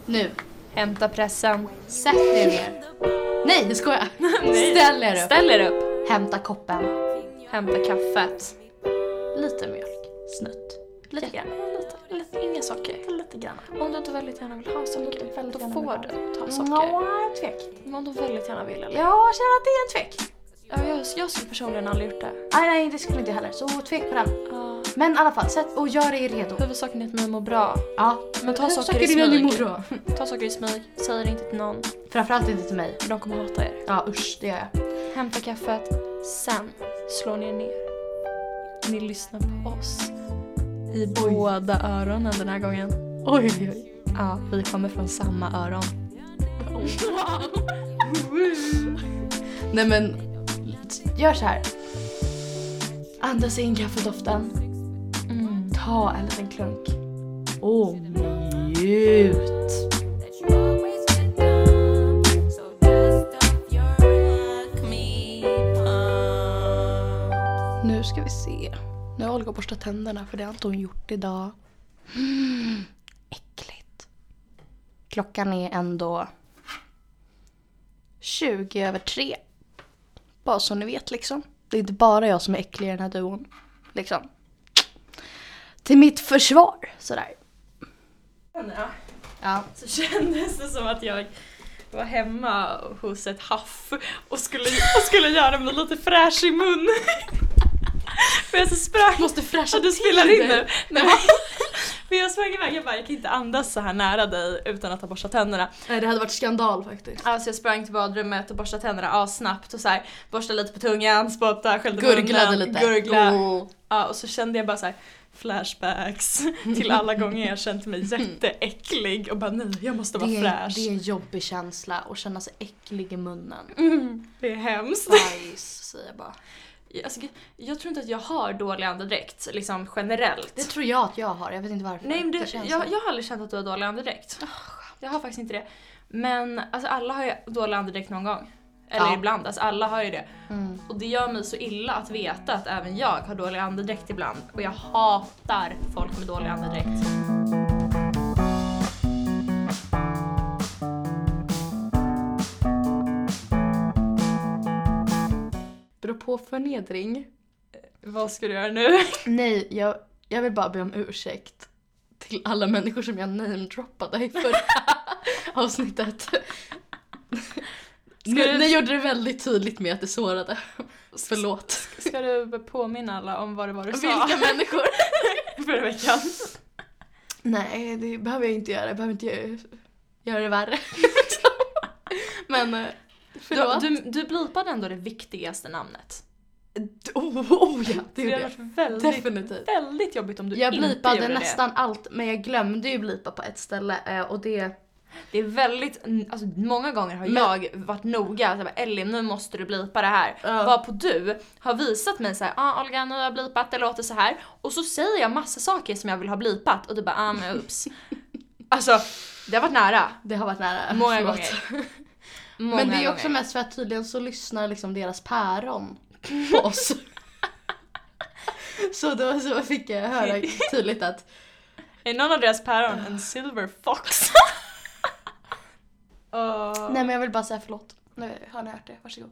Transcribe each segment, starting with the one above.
Nu. Hämta pressen. Sätt er ner. Nej, det skojar. Nej. Ställ er upp. Ställ er upp. Hämta koppen. Hämta kaffet. Lite mjölk. Snutt. Lite grann. Lite, inga saker. Lite grann. Om du inte väldigt gärna vill ha socker, då får du ta socker. Ja, tvek. Men om du väldigt gärna vill, eller? Jag känner att det är en tvek. Ja, jag skulle personligen aldrig gjort det. Nej, det skulle inte jag heller. Så tvek på den. Men i alla fall, sätt och gör dig redo. Huvudsaken är att man mår bra. Ja. Men ta saker i smyg. Ta saker i smyg. Säg det inte till någon. Framförallt inte till mig. För de kommer hata er. Ja, usch, det gör jag. Hämta kaffet. Sen slår ni ner. Ni lyssnar på oss. I båda öronen den här gången. Oj, oj, oj. Ja, vi kommer från samma öron. Wow. Nej men, gör så här. Andas in kaffedoften. Ta en liten klunk. Och njut. Nu ska vi se. Nu har Olga borstat tänderna för det har inte hon gjort idag. Äckligt. Klockan är ändå 20:03. Bara så ni vet liksom. Det är inte bara jag som är äcklig i den här duon. Liksom. Till mitt försvar. Sådär. Ja. Så kändes det som att jag var hemma hos ett haff och skulle göra mig lite fräsch i mun. För jag så sprang. Måste fräscha du till spelar in det. nu. Nej, för jag sprang iväg, jag kan inte andas så här nära dig utan att ha borstat tänderna. Nej, det hade varit skandal faktiskt. Alltså jag sprang till badrummet och borstade tänderna snabbt och så här borstade lite på tungan, spottade, skällde Gurglade munnen, lite. Gurgla. Ja, och så kände jag bara så här flashbacks till alla gånger jag känt mig jätteäcklig och bara nej, jag måste vara fräsch. Det är en jobbig känsla att känna sig äcklig i munnen. Det är hemskt. Bajs, säger jag bara. Alltså, jag tror inte att jag har dålig andedräkt liksom generellt. Det tror jag att jag har, jag vet inte varför. Nej, men känns jag har aldrig känt att du har dålig andedräkt. Jag har faktiskt inte det. Men alltså, alla har ju dålig andedräkt någon gång. Eller ibland, alltså alla har ju det. Och det gör mig så illa att veta att även jag har dålig andedräkt ibland. Och jag hatar folk med dålig andedräkt. Beror på förnedring. Vad ska du göra nu? Nej, jag vill bara be om ursäkt till alla människor som jag namedroppade i förra avsnittet. Ni gjorde det väldigt tydligt med att det sårade. Förlåt. Ska du påminna alla om vad det var du sa? Vilka människor? Förra veckan. Nej, det behöver jag inte göra. Jag behöver inte göra det värre. Men förlåt. Du blipade ändå det viktigaste namnet. Ja, det hade varit definitivt väldigt jobbigt om du jag inte blipade gjorde nästan allt, men jag glömde ju blipa på ett ställe och det är väldigt, alltså många gånger har jag varit noga så bara, Ellie, nu måste du blipa det här. Varpå du har visat mig så här, Olga, nu har jag blipat, det låter så här. Och så säger jag massa saker som jag vill ha blipat och du bara, men ups. Alltså, det har varit nära. Det har varit nära. Många gånger. Men det är också mest för att tydligen så lyssnar liksom deras päron på oss. Så då så fick jag höra tydligt att är någon av deras päron en silver fox? Nej, men jag vill bara säga förlåt. Nu har ni hört det, varsågod.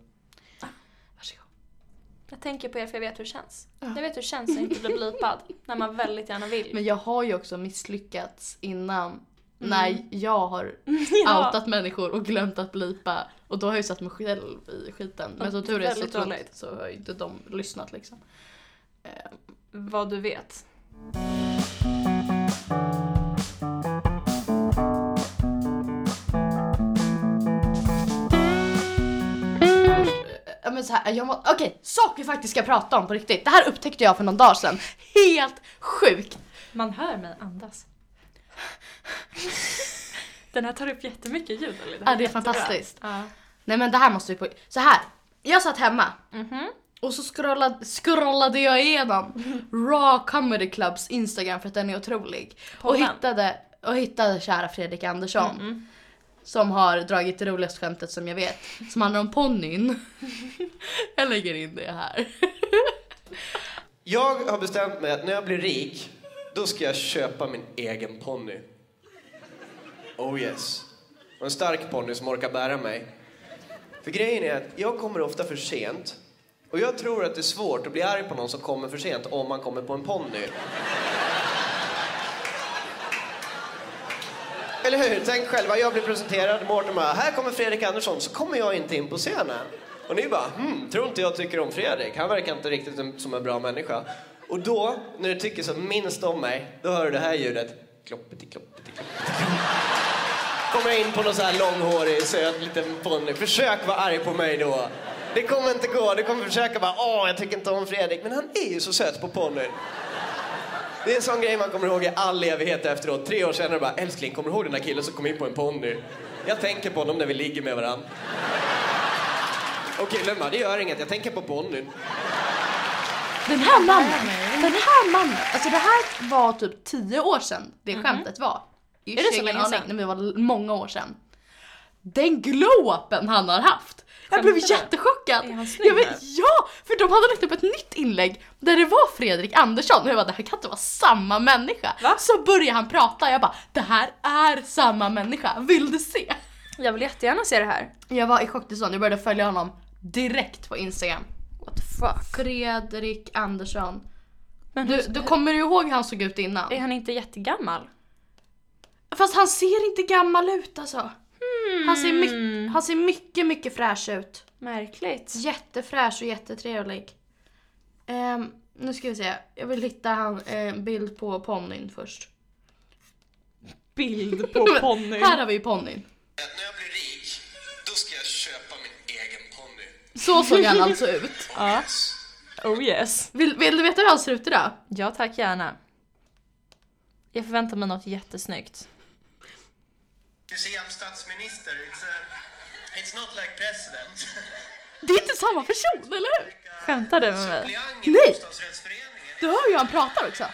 Jag tänker på er för jag vet hur det känns. Jag vet hur det känns att inte bli blipad när man väldigt gärna vill. Men jag har ju också misslyckats innan när jag har outat människor och glömt att blipa. Och då har jag ju satt mig själv i skiten. Men så tur är så har ju inte de lyssnat liksom. Vad du vet. Men så här, okej, sak vi faktiskt ska prata om på riktigt. Det här upptäckte jag för någon dag sedan. Helt sjukt. Man hör mig andas. Den här tar upp jättemycket ljud. Eller? Ja, det är fantastiskt. Nej, men det här måste vi på. Så här, jag satt hemma. Och så scrollade jag igenom Raw Comedy Clubs Instagram för att den är otrolig. Och hittade kära Fredrik Andersson. Som har dragit det roligaste skämtet som jag vet. Som handlar om ponnyn. Jag lägger in det här. Jag har bestämt mig att när jag blir rik, då ska jag köpa min egen ponny. Oh yes. Och en stark ponny som orkar bära mig. För grejen är att jag kommer ofta för sent. Och jag tror att det är svårt att bli arg på någon som kommer för sent om man kommer på en ponny. Eller hur? Tänk själva, jag blir presenterad, Mårten bara, här kommer Fredrik Andersson, så kommer jag inte in på scenen. Och ni bara, tror inte jag tycker om Fredrik. Han verkar inte riktigt som en bra människa. Och då, när du tycker så minst om mig, då hör du det här ljudet. Kloppeti, kloppeti, kloppeti. Kommer jag in på någon så här långhårig, söt liten ponny. Försök vara arg på mig då. Det kommer inte gå, du kommer försöka bara, jag tycker inte om Fredrik. Men han är ju så söt på ponnyn. Det är en sån grej man kommer ihåg i all evighet efteråt. 3 år senare bara, älskling, kommer du ihåg den där killen som kom in på en ponny? Jag tänker på honom när vi ligger med varandra. Och killen bara, det gör inget, jag tänker på ponnyn. Den här mannen, alltså det här var typ 10 år sedan det skämtet var. Är det så länge sedan? Nej, men det var många år sedan. Den glow-upen han har haft. Jag blev jättechockad. Är han snygg? Ja, för de hade lagt upp ett nytt inlägg där det var Fredrik Andersson. Och jag bara, det här kan inte vara samma människa. Va? Så började han prata. Jag bara, det här är samma människa. Vill du se? Jag vill jättegärna se det här. Jag var i chocktillstånd. Jag började följa honom direkt på Instagram. What the fuck? Fredrik Andersson. Men Du kommer ju ihåg hur han såg ut innan? är han inte jättegammal? Fast han ser inte gammal ut alltså. Han ser mycket, mycket fräsch ut. Märkligt. Jättefräsch och jättetrevlig. Nu ska vi se. Jag vill hitta bild på ponnyn först. Bild på ponnyn. Här har vi ponnyn. När jag blir rik, då ska jag köpa min egen ponny. Så såg han alltså ut. Ja. Oh yes. Vill du veta hur han ser ut idag? Ja, tack gärna. Jag förväntar mig något jättesnyggt. You see, I'm statsminister. It's not like president. Det är inte samma person, eller hur? Skämtar du med mig? Nej. Du hör ju han pratar också.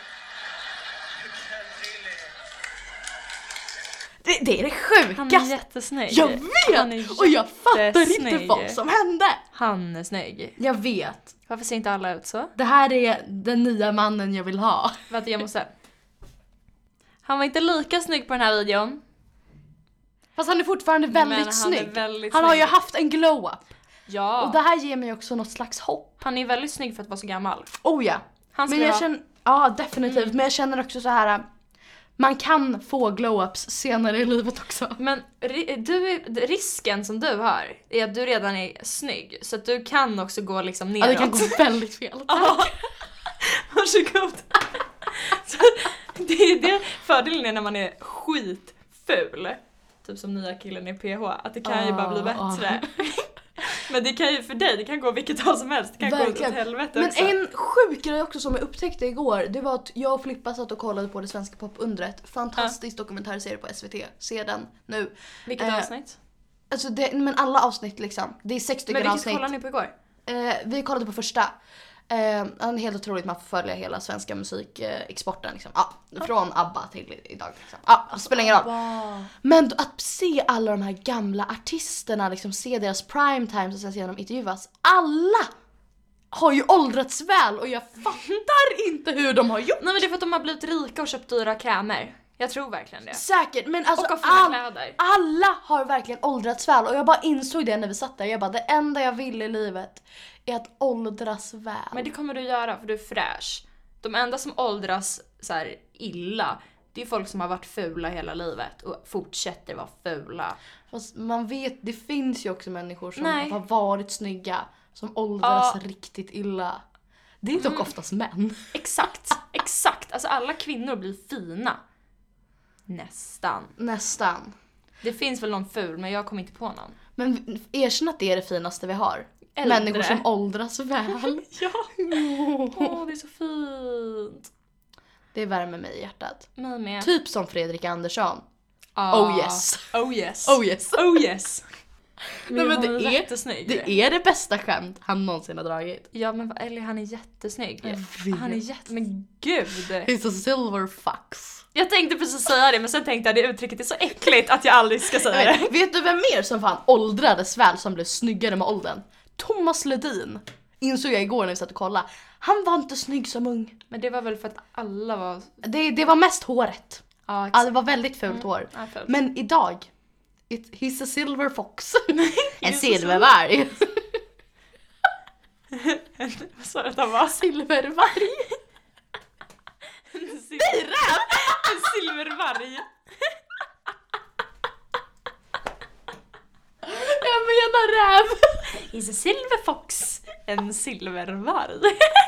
Det är det sjukaste. Han är jättesnygg. Jag vet! Och jag fattar inte vad som hände. Han är snygg. Jag vet. Varför ser inte alla ut så? Det här är den nya mannen jag vill ha. Vänta, jag måste... Han var inte lika snygg på den här videon. Fast han är fortfarande väldigt snygg. Han har ju haft en glow-up. Ja. Och det här ger mig också något slags hopp. Han är väldigt snygg för att vara så gammal. Oh ja. Men jag känner... Ja, definitivt. Men jag känner också så här... Man kan få glow-ups senare i livet också. Men risken som du har är att du redan är snygg. Så att du kan också gå liksom neråt. Ja, det kan gå väldigt fel. Varsågod. Så det är det fördelen är när man är skitful. Typ som nya killen i PH. Att det kan ju bara bli bättre. Men det kan ju för dig, det kan gå vilket tag som helst. Det kan gå åt helvete också. Men en sjuk grej också som jag upptäckte igår, det var att jag och Flippa satt och kollade på det svenska popundret. Fantastisk dokumentärserie på SVT. Se den nu. Vilket avsnitt? Alltså men alla avsnitt liksom. Det är 6 stycken avsnitt. Men vilket kollade ni på igår? Vi kollade på första. Helt otroligt, man får följa hela svenska musikexporten liksom. Från ABBA till idag liksom. Det spelar ingen roll. Men att se alla de här gamla artisterna liksom, se deras prime times och sen se dem intervjuas. Alla har ju åldrats väl och jag fattar inte hur de har gjort. Nej, men det är för att de har blivit rika och köpt dyra krämer. Jag tror verkligen det. Säkert, men alltså och kläder. Alla har verkligen åldrats väl. Och jag bara insåg det när vi satt där. Jag bara, det enda jag vill i livet är att åldras väl. Men det kommer du göra för du är fräsch. De enda som åldras så här illa, det är folk som har varit fula hela livet och fortsätter vara fula. Fast man vet, det finns ju också människor som har varit snygga, som åldras riktigt illa. Det är dock oftast män. Exakt. Alltså alla kvinnor blir fina. Nästan. Det finns väl någon ful, men jag kommer inte på någon. Men erkänn att det är det finaste vi har. Äldre. Människor som åldras väl. Ja. Det är så fint. Det värmer mig i hjärtat. Mig med. Typ som Fredrik Andersson. Oh yes. Nej, men det är det bästa skämt han någonsin har dragit. Ja, men eller han är jättesnygg. Men gud. He's a silver fox. Jag tänkte precis säga det, men sen tänkte jag det uttrycket är så äckligt att jag aldrig ska säga det. Vet du vem mer som fan åldrades väl, som blev snyggare med åldern? Thomas Ledin. Insåg jag igår när vi satt och kollade. Han var inte snygg som ung. Men det var väl för att alla var... Det var mest håret. Ja, det var väldigt fult hår. Ja, fult. Men idag, he's a silver fox. En silvervarg. Vad sa du att han var? Silvervarg. En silvervarg. Jag menar räv. He's a silver fox. En silvervarg.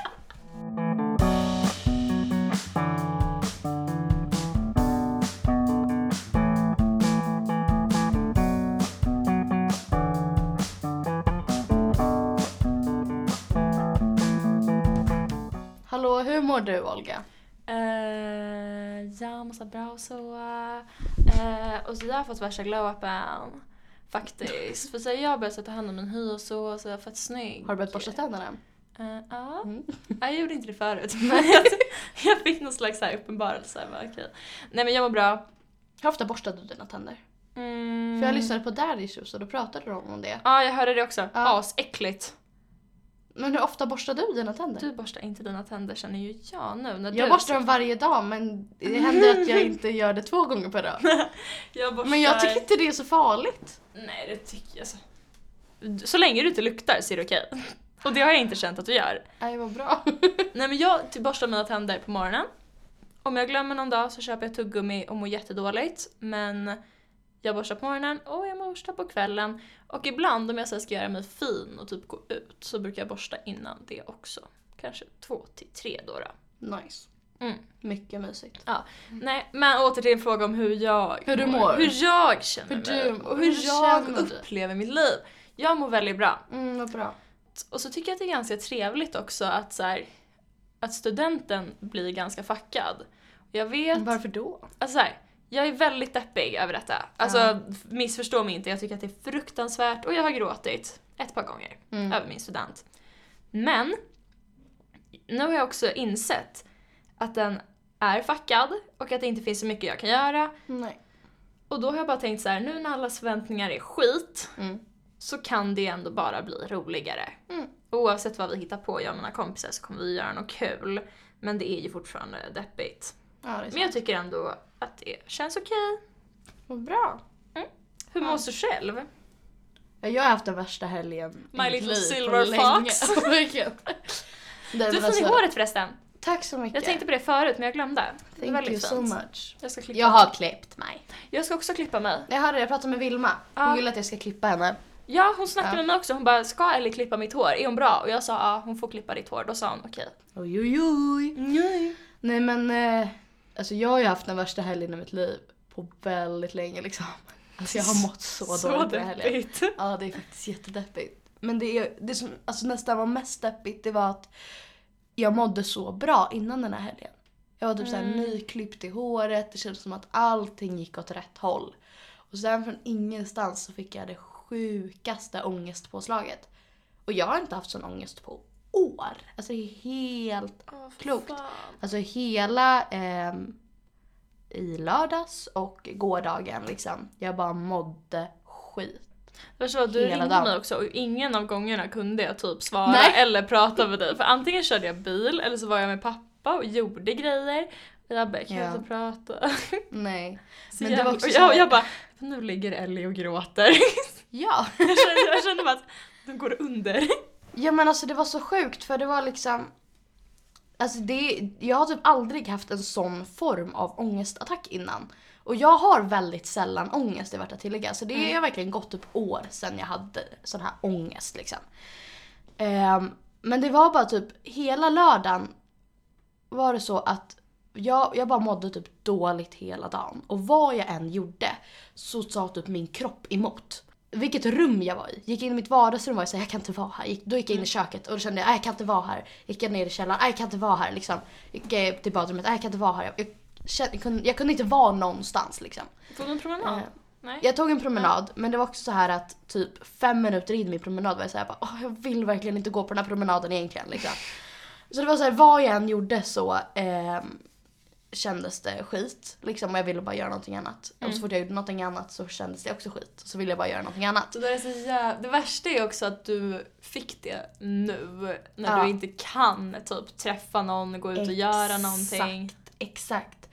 Hallå, hur mår du, Olga? Jag mår så bra och så. Och så jag har fått värsta glow-upen. Faktiskt. För så jag har börjat ta hand om min hy och så jag har fått snygg. Har du börjat borsta tänderna? Ja. Jag gjorde inte det förut. Men jag fick någon slags så här uppenbarelse. Okej. Nej, men jag mår bra. Hur ofta borstar du dina tänder? För jag lyssnade på Daddy Issues och då pratade de om det. Ja, jag hörde det också. Asäckligt. Men hur ofta borstar du dina tänder? Du borstar inte dina tänder, känner ju jag nu. När Jag borstar dem varje dag, men det händer att jag inte gör det 2 gånger per dag. Men jag tycker inte det är så farligt. Nej, det tycker jag så. Så länge du inte luktar så är det okej. Och det har jag inte känt att du gör. Nej, vad bra. Nej, men jag borstar mina tänder på morgonen. Om jag glömmer någon dag så köper jag tuggummi och mår jättedåligt. Men jag borstar på morgonen och jag borstar på kvällen. Och ibland om jag så ska göra mig fin och typ gå ut så brukar jag borsta innan det också. Kanske 2 till 3 då. Nice. Mycket mysigt. Ja. Nej, men åter till en fråga om hur du mår. Hur jag känner mig. Och hur jag känner du? upplever mitt liv. Jag mår väldigt bra. Vad bra. Och så tycker jag att det är ganska trevligt också att så här, att studenten blir ganska fuckad. Jag vet. Varför då? Alltså så här, jag är väldigt deppig över detta. Alltså missförstå mig inte, jag tycker att det är fruktansvärt och jag har gråtit ett par gånger över min student. Men nu har jag också insett att den är fuckad och att det inte finns så mycket jag kan göra. Nej. Och då har jag bara tänkt så här, nu när alla förväntningar är skit så kan det ändå bara bli roligare. Oavsett vad vi hittar på, jag och mina kompisar, så kommer vi göra något kul. Men det är ju fortfarande deppigt. Ja, det är sant. Men jag tycker ändå att det känns okej. Vad bra. Hur mår du själv? Jag har haft den värsta helgen My i mitt little liv silver på länge. fox. Verkligen. Du är fin i håret förresten. Tack så mycket. Jag tänkte på det förut men jag glömde. Det är Thank väldigt you so fint. much. Jag ska klippa Jag har klippt mig. Jag ska också klippa mig. Jag pratade med Vilma. Hon vill att jag ska klippa henne. Ja, hon snackade med mig också. Hon bara, ska Ellie klippa mitt hår? Är hon bra? Och jag sa, ja, hon får klippa ditt hår. Då sa hon, okej. Oj. Nej. Nej men, alltså jag har ju haft den värsta helgen i mitt liv på väldigt länge liksom. Alltså jag har mått så dåligt den helgen. deppigt. Ja, det är faktiskt jättedeppigt. Men det som alltså nästan var mest deppigt, det var att jag mådde så bra innan den här helgen. Jag var typ såhär nyklippt i håret, det kändes som att allting gick åt rätt håll. Och sen från ingenstans så fick jag det sjukaste ångestpåslaget. Och jag har inte haft sån ångest på år. Alltså det är helt klokt. Fan. Alltså hela i lördags och gårdagen liksom. Jag bara mådde skit. Förstå, du Hela ringde dagen. mig också och ingen av gångerna kunde jag typ svara Nej. eller prata med dig. För antingen körde jag bil eller så var jag med pappa och gjorde grejer. Och jag bara, kan jag inte prata? Nej. Så Men det var också och så här- jag bara, nu ligger Ellie och gråter. Ja. jag kände bara att de går under. Ja men alltså det var så sjukt för det var liksom. Alltså jag har typ aldrig haft en sån form av ångestattack innan. Och jag har väldigt sällan ångest, det vart att tillägga. Så det har verkligen gått typ år sedan jag hade sån här ångest liksom. Men det var bara typ hela lördagen var det så att jag bara mådde typ dåligt hela dagen. Och vad jag än gjorde så sa typ min kropp emot. Vilket rum jag var i. Gick in i mitt vardagsrum och var jag så här, jag kan inte vara här. Då gick jag in i köket och då kände jag kan inte vara här. Gick jag ner i källaren, jag kan inte vara här liksom. Gick jag till badrummet, jag kan inte vara här. Jag kunde inte vara någonstans liksom. Tog du en promenad? Nej. Jag tog en promenad, men det var också så här att typ 5 minuter in i min promenad var jag så här, jag vill verkligen inte gå på den här promenaden egentligen liksom. Så det var så här, vad jag än gjorde så kändes det skit liksom, och jag ville bara göra någonting annat. Och så fort jag gjorde någonting annat så kändes det också skit. Så ville jag bara göra någonting annat. Så det är så det värsta är också att du fick det nu när du inte kan typ träffa någon, gå ut och göra någonting. Exakt.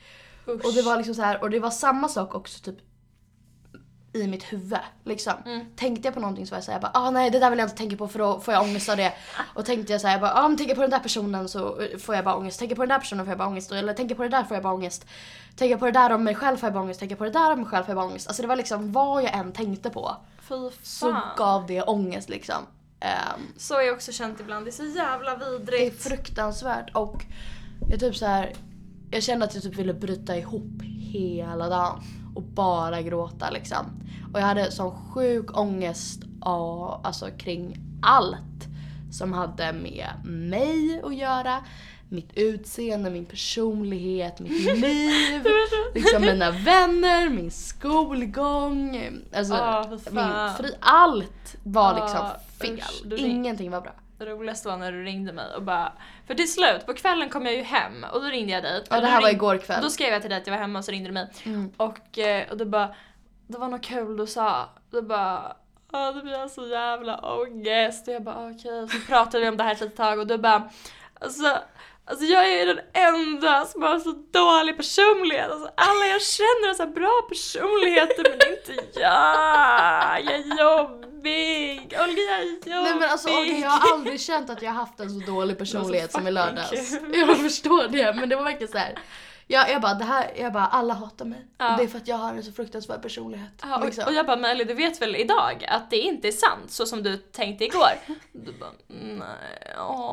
Usch. Och det var liksom så här, och det var samma sak också typ i mitt huvud liksom. Tänkte jag på någonting så var jag såhär, nej det där vill jag inte tänka på för då får jag ångest av det. Och tänkte jag såhär, men tänker jag på den där personen så får jag bara ångest. Tänker jag på den där personen får jag bara ångest. Eller tänker jag på det där får jag bara ångest. Tänker jag på det där om mig själv får jag bara ångest. Tänker jag på det där om mig själv får jag bara ångest. Alltså det var liksom vad jag än tänkte på. Fy så fan. gav det ångest liksom. Så har jag också känt ibland, det är så jävla vidrigt. Det är fruktansvärt och jag typ så här, jag kände att jag typ ville bryta ihop hela dagen och bara gråta liksom. Och jag hade sån sjuk ångest alltså kring allt som hade med mig att göra. Mitt utseende, min personlighet, mitt liv, liksom mina vänner, min skolgång, alltså allt var liksom fel. Ingenting var bra. Det roligaste var när du ringde mig och bara, för till slut på kvällen kom jag ju hem och då ringde jag dig. Ja, det här var igår kväll. Då skrev jag till dig att jag var hemma och så ringde du mig. Och då bara, det var något kul du sa. Du bara, det blir så jävla ångest. Och jag bara okej. Så pratade vi om det här ett tag och du bara, alltså jag är den enda som har så dålig personlighet. Alltså alla jag känner har så bra personligheter men inte jag. Jag är jobbig. Olga, jag är jobbig. Nej men alltså Olga, jag har aldrig känt att jag har haft en så dålig personlighet som i lördags. Jag förstår det, men det var verkligen så här. Jag bara alla hatar mig. Ja. Och det är för att jag har en så fruktansvärd personlighet. Ja, liksom. och jag bara, men Ellie, du vet väl idag att det inte är sant så som du tänkte igår? Du bara, nej.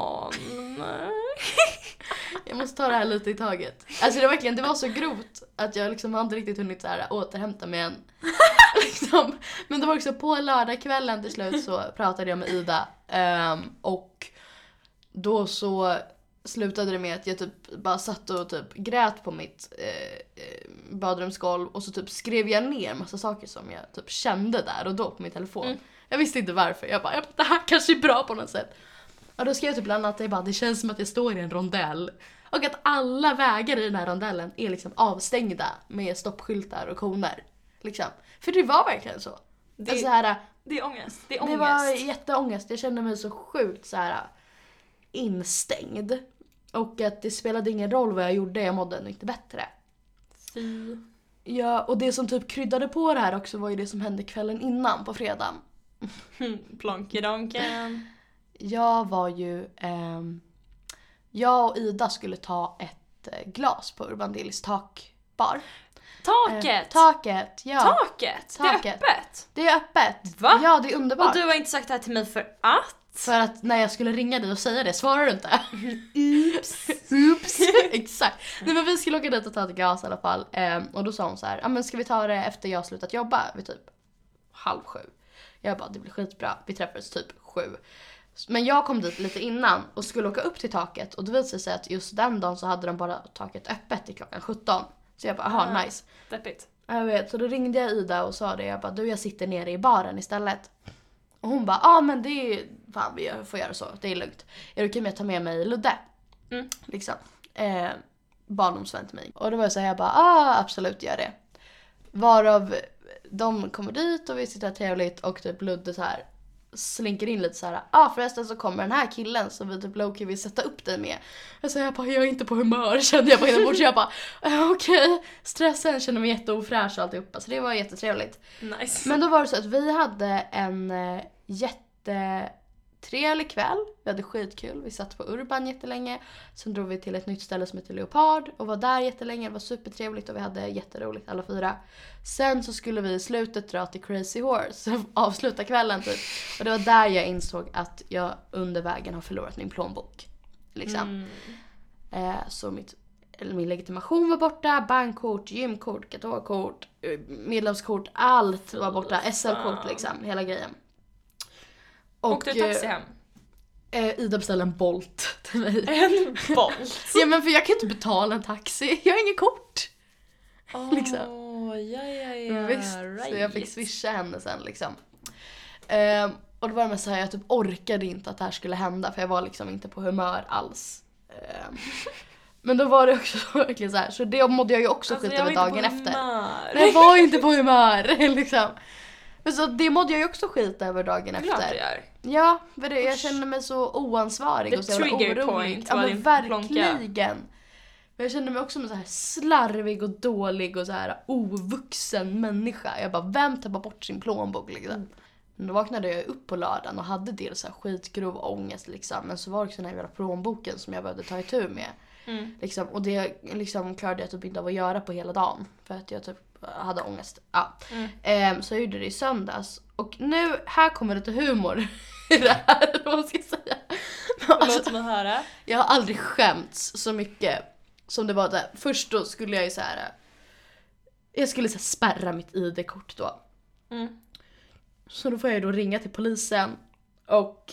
Jag måste ta det här lite i taget. Alltså det var så grovt att jag liksom inte riktigt hunnit så här återhämta mig än. Liksom. Men det var också på lördagskvällen till slut så pratade jag med Ida. Och då så slutade det med att jag typ bara satt och typ grät på mitt badrumsgolv och så typ skrev jag ner massa saker som jag typ kände där och då på min telefon. Jag visste inte varför. Jag bara, det här kanske är bra på något sätt. Och då skrev jag typ bland annat att det känns som att jag står i en rondell och att alla vägar i den här rondellen är liksom avstängda med stoppskyltar och koner. Liksom. För det var verkligen så. Det är ångest. Det var jätteångest. Jag kände mig så sjukt så här instängd. Och att det spelade ingen roll vad jag gjorde, jag mådde ändå inte bättre. Fy. Ja, och det som typ kryddade på det här också var ju det som hände kvällen innan på fredagen. Plonkedonken. Jag och Ida skulle ta ett glas på Urban Deli's takbar. Taket! Taket, ja. Taket? Det är öppet? Det är öppet. Va? Ja, det är underbart. Och du har inte sagt det här till mig för att? För att när jag skulle ringa dig och säga det, svarar du inte? Oops. Exakt. Nej men vi skulle åka dit och ta ett glas i alla fall. Och då sa hon så här, men ska vi ta det efter jag har slutat jobba? Vid typ 6:30. Jag bara, det blir skitbra. Vi träffades typ 7. Men jag kom dit lite innan och skulle åka upp till taket. Och då visade sig att just den dagen så hade de bara taket öppet till klockan 17. Så jag bara, nice. Deppigt. Jag vet, så då ringde jag Ida och sa det. Jag bara, jag sitter nere i baren istället. Och hon bara, men det är, fan vi får göra så, det är lugnt. Är det okej med att ta med mig Ludde? Liksom. Barndomsvän till mig. Och då var jag så här, jag bara, absolut gör det. Varav de kommer dit och vi sitter trevligt och typ Ludde så här slinker in lite så här. Förresten så kommer den här killen som vi typ Loki vill sätta upp dig med. Jag jag är inte på humör, kände jag på inombords. Jag bara, okej. Stressen, kände mig jätteofräsch och alltihopa. Så det var jättetrevligt. Nice. Men då var det så att vi hade en jättetrevlig kväll. Vi hade skitkul. Vi satt på Urban jättelänge. Sen drog vi till ett nytt ställe som heter Leopard och var där jättelänge. Det var supertrevligt och vi hade jätteroligt alla 4. Sen så skulle vi i slutet dra till Crazy Horse och avsluta kvällen typ. Och det var där jag insåg att jag under vägen har förlorat min plånbok. Liksom. Så min legitimation var borta, bankkort, gymkort, katolkort, medlemskort, allt var borta, SL-kort liksom, hela grejen. Och du taxi hem? Ida beställde en Bolt till mig. En Bolt? Ja men för jag kan inte betala en taxi, jag har inget kort. Liksom. Ja, visst, right. så jag fick swisha henne sen liksom. Och då var det med så här, jag typ orkade inte att det här skulle hända för jag var liksom inte på humör alls. Men då var det också verkligen så här, så det mådde jag ju också skit över dagen efter. Jag var inte på humör liksom. Men så det mådde jag ju också skit över dagen efter. Klart det gör. Ja, för det, jag kände mig så oansvarig och så jävla orolig. Ja men verkligen. Jag kände mig också som en så här slarvig och dålig och så här ovuxen människa. Jag bara, vem tappar bort sin plånbok liksom? Men då vaknade jag upp på lördagen och hade dels så här skitgrov ångest liksom. Men så var det också den här jävla plånboken som jag behövde ta itu med. Liksom, och det liksom klarade jag typ inte av att göra på hela dagen. För att jag typ hade ångest. Ja. Så jag gjorde det i söndags. Och nu, här kommer lite humor i det här, vad man ska säga. Låt mig höra. Jag har aldrig skämts så mycket som det var där. Först då skulle jag ju så här. Jag skulle så här spärra mitt ID-kort då. Så då får jag då ringa till polisen och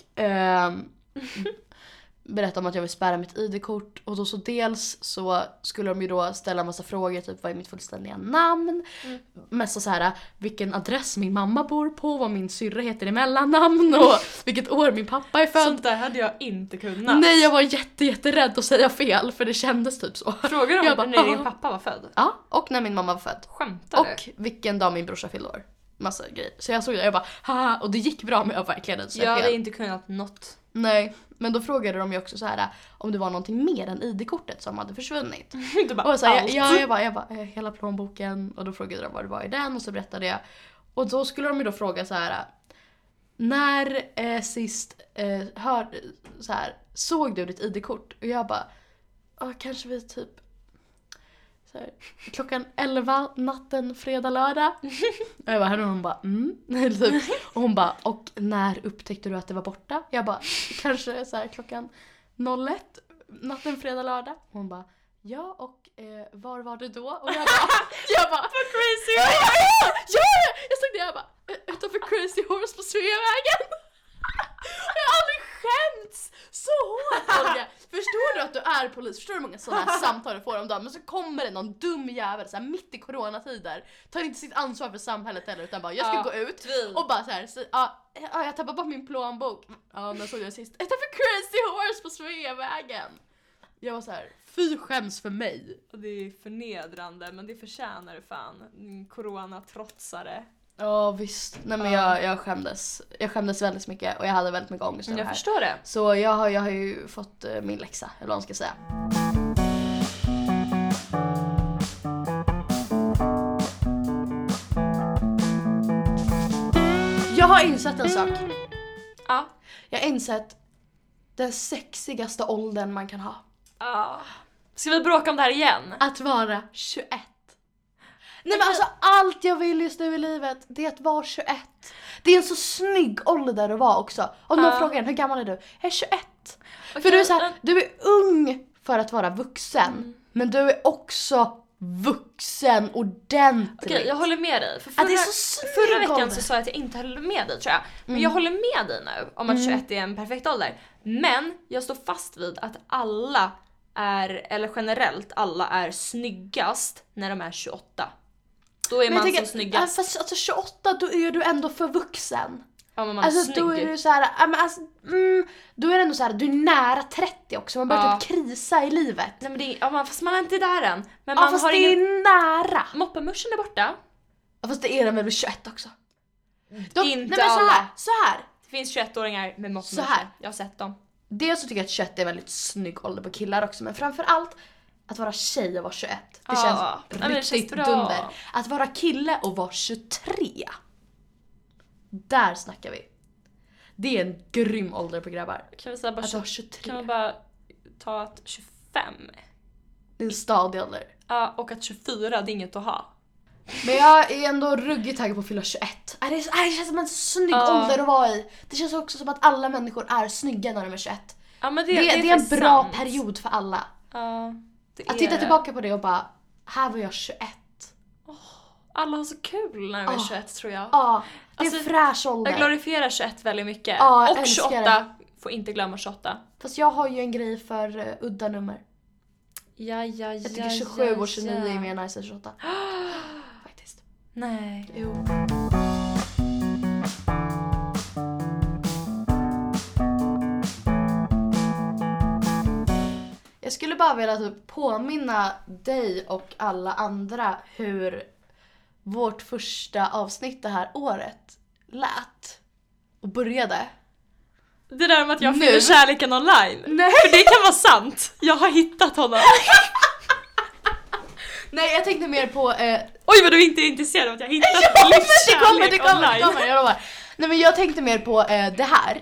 berätta om att jag vill spärra mitt ID-kort. Och då så dels så skulle de ju då ställa en massa frågor, typ vad är mitt fullständiga namn, mest så här vilken adress min mamma bor på, vad min syrra heter i mellannamn och vilket år min pappa är född. Sånt där hade jag inte kunnat. Nej, jag var jätterädd att säga fel för det kändes typ så. Frågar de när din pappa var född? Ja, och när min mamma var född. Skämtar du? Och vilken dag min brorsa fyllde år. Massa grejer. Så jag såg det, jag bara haha, och det gick bra, men jag verkligen inte jag hade inte kunnat något. Nej, men då frågade de ju också så här om det var någonting mer än ID-kortet som hade försvunnit. Du bara, och så här, jag bara hela plånboken, och då frågade de vad det var i den och så berättade jag. Och då skulle de ju då fråga så här när sist så här, såg du ditt ID-kort? Och jag bara kanske vi typ så här, klockan 11 natten fredag lördag. Och jag bara, och hon bara typ. Och hon bara, och när upptäckte du att det var borta? Jag bara, kanske så här klockan 01 natten fredag lördag. Och hon bara, ja, och var var du då? Och jag bara för crazy. Ja, jag såg det, jag bara utanför Crazy Horse på Sveavägen. Jag har aldrig skämts så hårt, Olga. Förstår du att du är polis? Förstår du hur många sådana här samtal du får om dagen? Men så kommer det någon dum jävel så här, mitt i coronatider, tar inte sitt ansvar för samhället heller, utan bara, jag ska gå ut och bara så här, jag tappar bort min plånbok. Ja, men såg jag sist utanför Crazy Horse på Sveavägen. Jag var så här, fy skäms för mig. Och det är förnedrande, men det förtjänar du fan. Corona-trotsare. Ja, visst. Nej, men jag skämdes. Jag skämdes väldigt mycket och jag hade väldigt mycket ångest. Jag förstår det. Så jag har ju fått min läxa, eller vad man ska säga. Jag har insett en sak. Ja. Jag har insett den sexigaste åldern man kan ha. Ja. Ska vi bråka om det här igen? Att vara 21. Nej, men alltså allt jag vill just nu i livet, det är att vara 21. Det är en så snygg ålder att vara också. Om någon frågar en, hur gammal är du? Jag är 21. Okay, för du är så här, du är ung för att vara vuxen. Men du är också vuxen ordentligt. Okej, jag håller med dig. För det är så förra veckan så sa jag att jag inte höll med dig, tror jag. Men jag håller med dig nu om att 21 är en perfekt ålder. Men jag står fast vid att alla är, eller generellt alla är snyggast när de är 28. Då är men man så snyggast. Fast alltså 28, då är du ändå för vuxen. Ja, men man alltså, är snygg. Då är du så här, då är det ändå så här, du är nära 30 också. Man börjar typ krisa i livet. Nej, men det är, fast man är inte där än. Men man fast har det är nära. Moppemuschen är borta. Ja, fast det är den väl vid 21 också. Inte men alla. Så här. Det finns 21-åringar med moppemuschen. Så här. Jag har sett dem. Dels så tycker jag att 21 är en väldigt snygg ålder på killar också. Men framförallt att vara tjej och vara 21. Det känns riktigt dunder. Att vara kille och vara 23. Där snackar vi. Det är en grym ålder på grabbar. Kan vi säga bara att vara 23. Kan vi bara ta att 25? Det är en stadig ålder. Ja, och att 24, det är inget att ha. Men jag är ändå ruggigt taggad på att fylla 21. Det känns som en snygg ålder att vara i. Det känns också som att alla människor är snygga när de är 21. Ja, men det är en bra period för alla. Att titta tillbaka på det och bara, här var jag 21. Alla har så kul när de är 21, tror jag. Ja, det är alltså, fräsch ålder. Jag glorifierar 21 väldigt mycket. Och 28, det. Får inte glömma 28. Fast jag har ju en grej för udda nummer. Jag tycker 27 och 29 är mer nice än 28. Faktiskt. Nej. Jo. Jag skulle bara vilja typ påminna dig och alla andra hur vårt första avsnitt det här året lät och började. Det där med att jag finner kärleken online. Nej. För det kan vara sant. Jag har hittat honom. Nej, jag tänkte mer på... Oj, vad du inte är intresserad av att jag hittar livskärlek det kommer, jag lovar. Nej, men jag tänkte mer på det här.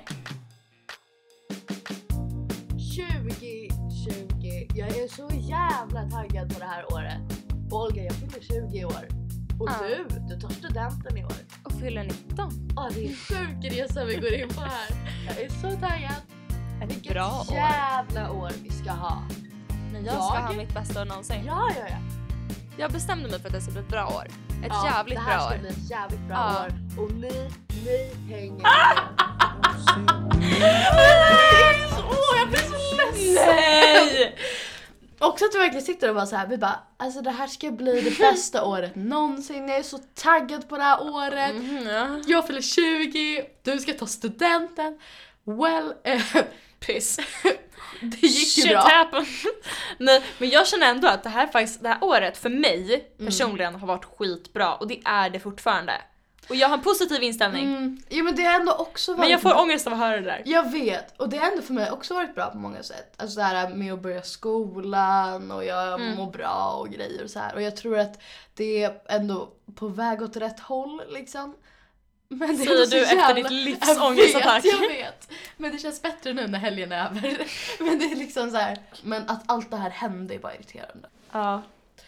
2020. Jag är så jävla taggad på det här året. Och Olga, jag fyller 20 år. Och du tar studenten i år. Och fyller 19. Det är en sjuk resa vi går in på här. Jag är så taggad. Ett bra år. Jävla år vi ska ha. Men jag ska ha mitt bästa år någonsin. Ja. Jag bestämde mig för att det ska bli ett bra år. Ett jävligt bra år. Det här ska bli ett jävligt bra år. Och ni hänger jag blir så ledsen. Nej! Också att vi verkligen sitter och bara så här, vi bara, alltså det här ska bli det bästa året någonsin. Jag är så taggad på det här året. Jag fyller 20, du ska ta studenten. Well, piss. Det gick ju bra. Nej, men jag känner ändå att det här året för mig personligen har varit skitbra. Och det är det fortfarande. Och jag har en positiv inställning. Ja, men det är ändå också varit... Men jag får ångest av att höra det där. Jag vet. Och det är ändå för mig också varit bra på många sätt. Alltså det här med att börja skolan och jag mår bra och grejer och så här. Och jag tror att det är ändå på väg åt rätt håll liksom. Men det säger du efter ditt livsångestattack. Jag vet. Men det känns bättre nu när helgen är över. Men det är liksom så här. Men att allt det här hände är bara irriterande. Ja.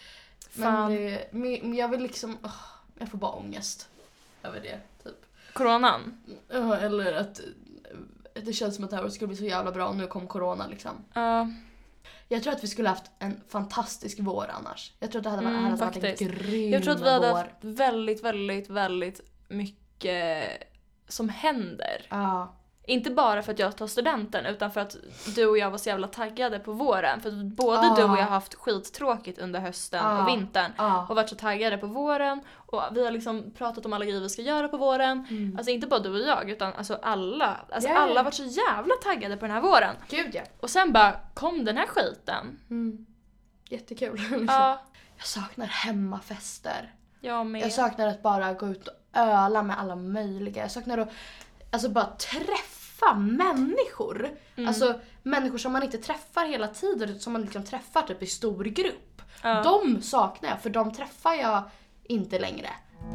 Men jag vill liksom... jag får bara ångest över det, typ. Coronan? Ja, eller att det känns som att det här skulle bli så jävla bra och nu kom corona liksom. Jag tror att vi skulle haft en fantastisk vår annars. Jag tror att det hade varit en grym vår. Jag tror att vi hade haft väldigt, väldigt, väldigt mycket som händer. Inte bara för att jag tar studenten utan för att du och jag var så jävla taggade på våren. För att både du och jag har haft skittråkigt under hösten och vintern. Och varit så taggade på våren. Och vi har liksom pratat om alla grejer vi ska göra på våren. Alltså inte bara du och jag utan alltså alla. Alltså alla har varit så jävla taggade på den här våren. Gud ja. Och sen bara kom den här skiten. Jättekul. Liksom. Jag saknar hemmafester. Jag saknar att bara gå ut och öla med alla möjliga. Jag saknar att alltså bara träffa människor. Alltså människor som man inte träffar hela tiden, som man liksom träffar typ i stor grupp. De saknar jag, för de träffar jag inte längre.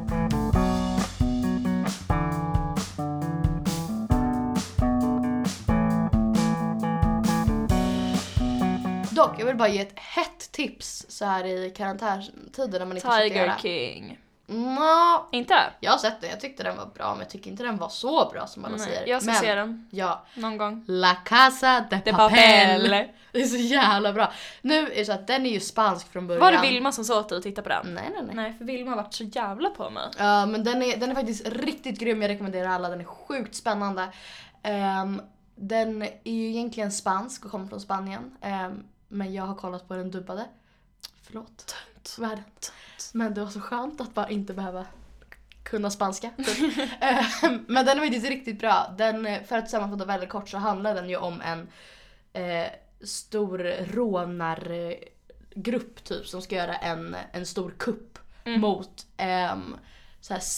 Dock, jag vill bara ge ett hett tips så här i karantäntiden när man inte Tiger King. Inte? Jag har sett den, jag tyckte den var bra, men jag tycker inte den var så bra som alla säger. Jag ska se den. Ja. Någon gång. La Casa de Papel. Det är så jävla bra. Nu är det så att den är ju spansk från början. Var det Vilma som sa att du tittade på den? Nej. Nej, för Vilma har varit så jävla på mig. Ja, men den är faktiskt riktigt grym. Jag rekommenderar alla, den är sjukt spännande. Den är ju egentligen spansk och kommer från Spanien. Men jag har kollat på den dubbade. Förlåt. Världen. Men det var så skönt att bara inte behöva kunna spanska. Men den är faktiskt riktigt bra. För att sammanfatta väldigt kort så handlar den ju om en stor rånargrupp typ som ska göra en stor kupp mot så här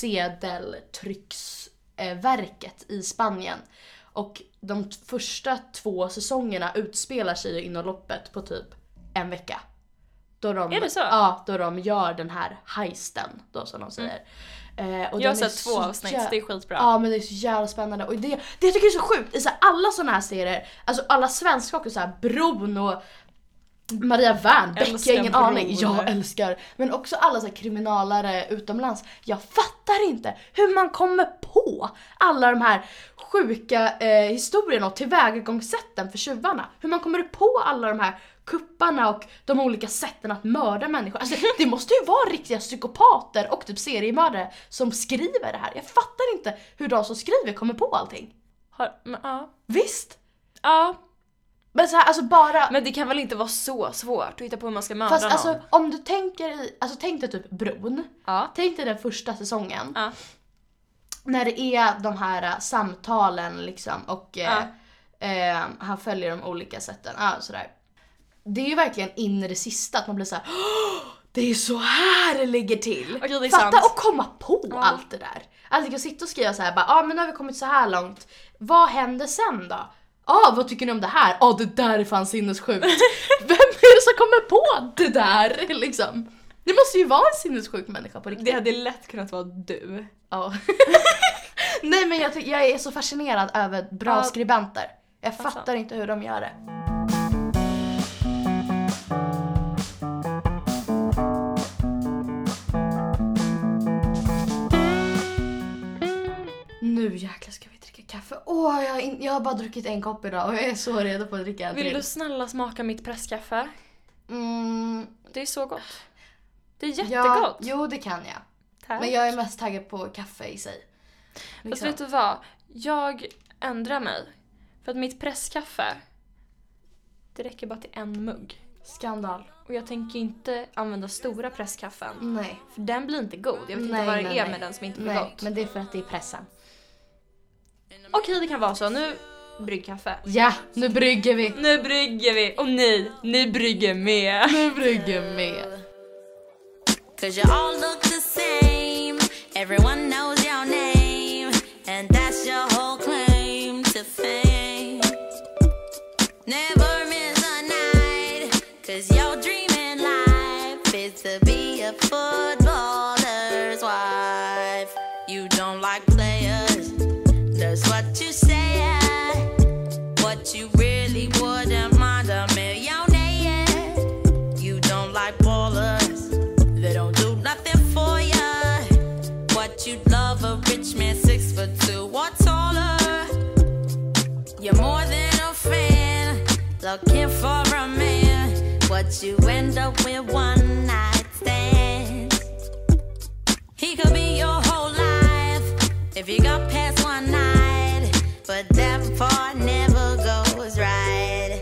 sedeltrycksverket i Spanien. Och de första 2 säsongerna utspelar sig inom loppet på typ en vecka. Är det så? Ja, då de gör den här heisten då som de säger. Och jag har sett 2 avsnitt, det är skitbra. Ja, men det är så jävla spännande. Och det tycker jag är så sjukt. I så här, alla såna här serier, alltså alla svenska också så här, Bron och Maria Wernbeck, jag har ingen aning. Jag älskar. Men också alla så här kriminalare utomlands. Jag fattar inte hur man kommer på alla de här sjuka historierna och tillvägagångssätten för tjuvarna. Hur man kommer på alla de här kupparna och de olika sätten att mörda människor. Alltså, det måste ju vara riktiga psykopater och typ seriemördare som skriver det här. Jag fattar inte hur de som skriver kommer på allting. Visst? Ja. Men så här, alltså bara... Men det kan väl inte vara så svårt att hitta på hur man ska mörda någon? Fast alltså, om du tänker tänk dig typ Bron. Ja. Tänk dig den första säsongen. Ja. När det är de här samtalen liksom och han följer de olika sätten. Sådär. Det är ju verkligen in i det sista att man blir så här: det är så här det ligger till. Okay, det är fatta sant. Och komma på allt det där. Alltså jag sitter och skriva så här men nu har vi kommit så här långt. Vad händer sen då? Vad tycker ni om det här? Det där är fan sinnessjukt. Vem är det som kommer på det där liksom? Det måste ju vara en sinnessjuk människa på riktigt. Det hade lätt kunnat vara du. Ja. Nej, men jag är så fascinerad över bra skribenter. Jag fattar inte hur de gör det. Nu jäklar ska vi dricka kaffe. Jag har bara druckit en kopp idag och jag är så redo på att dricka en till. Vill du snälla smaka mitt presskaffe? Det är så gott. Det är jättegott. Ja, jo, det kan jag. Tack. Men jag är mest taggad på kaffe i sig. Fast vet du vad? Jag ändrar mig. För att mitt presskaffe, det räcker bara till en mugg. Skandal. Och jag tänker inte använda stora presskaffen. Nej. För den blir inte god. Jag vet inte vad det är med den som inte blir gott. Men det är för att det är pressen. Okej, det kan vara så. Nu brygg kaffe. Ja, nu brygger vi. Nu brygger vi. Och ni brygger med. Nu brygger med. 'Cause you all look the same. Everyone knows your name. And that's your whole claim to fame. Never miss a night. 'Cause your dream in life is to be a footballer's wife. You don't like players. That's what you say. What you really wouldn't mind a millionaire. You don't like ballers. They don't do nothing for you. What you'd love a rich man 6'2" or taller. You're more than a fan, looking for a man. What you end up with one night stands. He could be your whole life if you got past one night, but that part never goes right.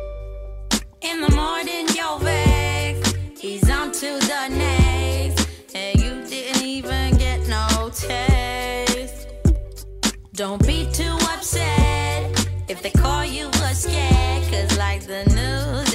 In the morning you're vexed, he's on to the next, and you didn't even get no text. Don't be too upset if they call you a scared, 'cause like the news